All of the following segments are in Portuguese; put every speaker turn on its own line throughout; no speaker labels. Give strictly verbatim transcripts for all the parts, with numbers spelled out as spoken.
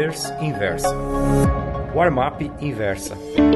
Newsletters Inversa. Warm-up Inversa.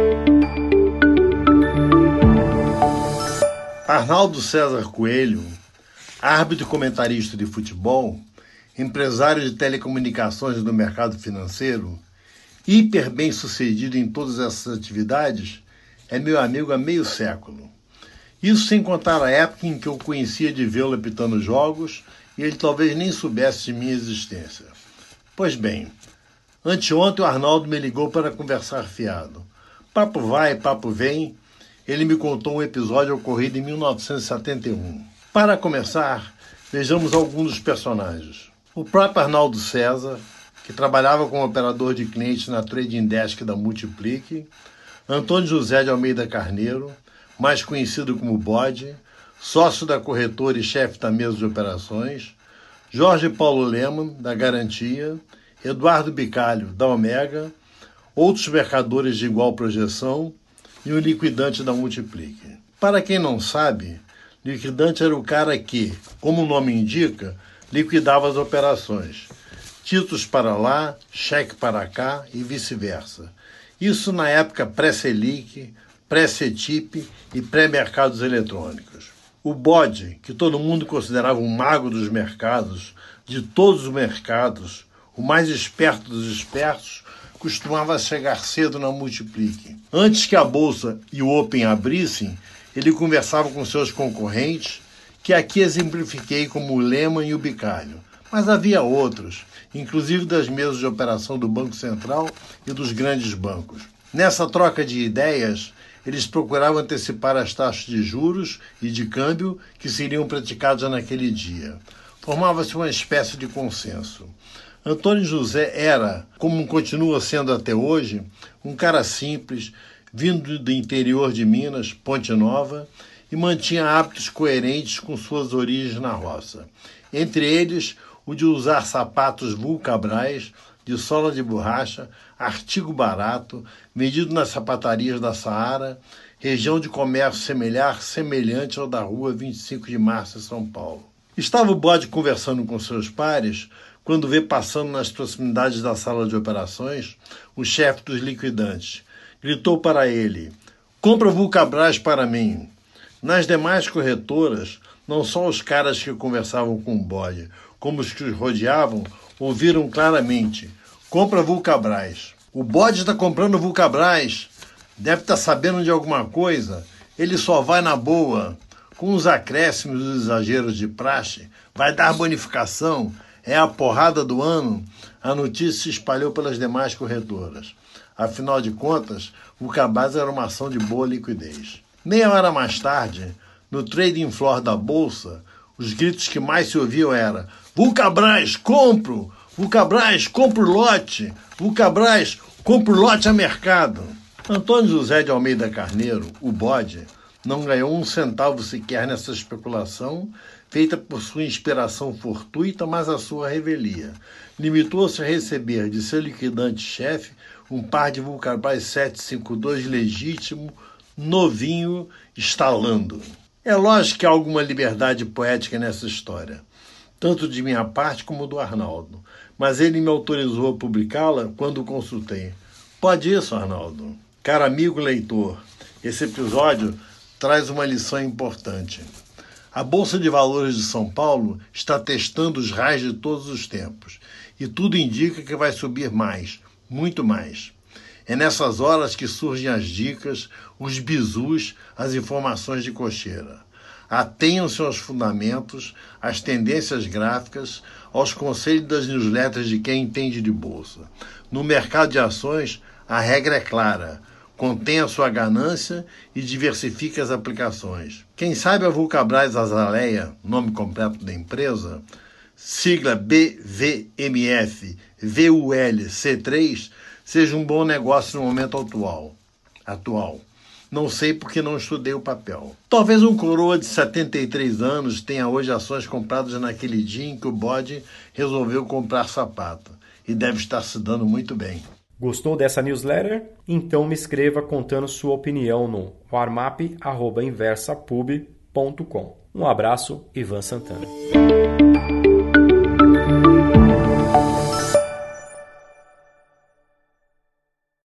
Arnaldo César Coelho, árbitro e comentarista de futebol, empresário de telecomunicações do mercado financeiro, hiper bem sucedido em todas essas atividades, é meu amigo há meio século. Isso sem contar a época em que eu conhecia de vê-lo apitando jogos e ele talvez nem soubesse de minha existência. Pois bem, anteontem o Arnaldo me ligou para conversar fiado. Papo vai, papo vem, ele me contou um episódio ocorrido em mil novecentos e setenta e um. Para começar, vejamos alguns dos personagens. O próprio Arnaldo César, que trabalhava como operador de clientes na Trading Desk da Multiplique, Antônio José de Almeida Carneiro, mais conhecido como Bode, sócio da corretora e chefe da mesa de operações, Jorge Paulo Leman, da Garantia, Eduardo Bicalho, da Omega, outros mercadores de igual projeção e o liquidante da Multiplique. Para quem não sabe, liquidante era o cara que, como o nome indica, liquidava as operações. Títulos para lá, cheque para cá e vice-versa. Isso na época pré-Selic, pré-CETIP e pré-mercados eletrônicos. O Bode, que todo mundo considerava um mago dos mercados, de todos os mercados, o mais esperto dos espertos, costumava chegar cedo na Multiplique. Antes que a Bolsa e o Open abrissem, ele conversava com seus concorrentes, que aqui exemplifiquei como o Leman e o Bicalho. Mas havia outros, inclusive das mesas de operação do Banco Central e dos grandes bancos. Nessa troca de ideias, eles procuravam antecipar as taxas de juros e de câmbio que seriam praticadas naquele dia. Formava-se uma espécie de consenso. Antônio José era, como continua sendo até hoje, um cara simples, vindo do interior de Minas, Ponte Nova, e mantinha hábitos coerentes com suas origens na roça. Entre eles, o de usar sapatos Vulcabras, de sola de borracha, artigo barato, vendido nas sapatarias da Saara, região de comércio semelhar, semelhante ao da rua vinte e cinco de março, em São Paulo. Estava o Bode conversando com seus pares, quando vê passando nas proximidades da sala de operações o chefe dos liquidantes. Gritou para ele: "Compra Vulcabras para mim." Nas demais corretoras, não só os caras que conversavam com o Bode, como os que os rodeavam, ouviram claramente: "Compra Vulcabras." "O Bode está comprando Vulcabras. Deve estar sabendo de alguma coisa. Ele só vai na boa. Com os acréscimos e os exageros de praxe, vai dar bonificação. É a porrada do ano." A notícia se espalhou pelas demais corretoras. Afinal de contas, o Vulcabras era uma ação de boa liquidez. Meia hora mais tarde, no trading floor da Bolsa, os gritos que mais se ouviam eram: "Vulcabras, compro! Vulcabras, compro lote! Vulcabras, compro lote a mercado!" Antônio José de Almeida Carneiro, o Bode, não ganhou um centavo sequer nessa especulação, feita por sua inspiração fortuita, mas a sua revelia. Limitou-se a receber de seu liquidante-chefe um par de Vulcabras setecentos e cinquenta e dois legítimo, novinho, estalando. É lógico que há alguma liberdade poética nessa história, tanto de minha parte como do Arnaldo, mas ele me autorizou a publicá-la quando o consultei. Pode isso, Arnaldo? Caro amigo leitor, esse episódio traz uma lição importante. A Bolsa de Valores de São Paulo está testando os raios de todos os tempos, e tudo indica que vai subir mais, muito mais. É nessas horas que surgem as dicas, os bizus, as informações de cocheira. Atenham-se aos fundamentos, às tendências gráficas, aos conselhos das newsletters de quem entende de bolsa. No mercado de ações, a regra é clara: contenha sua ganância e diversifique as aplicações. Quem sabe a Vulcabras Azaleia, nome completo da empresa, sigla B V M F V U L C três, seja um bom negócio no momento atual. Atual. Não sei porque não estudei o papel. Talvez um coroa de setenta e três anos tenha hoje ações compradas naquele dia em que o Bode resolveu comprar sapato. E deve estar se dando muito bem.
Gostou dessa newsletter? Então me escreva contando sua opinião no warmup arroba inversapub ponto com. Um abraço, Ivan Santana.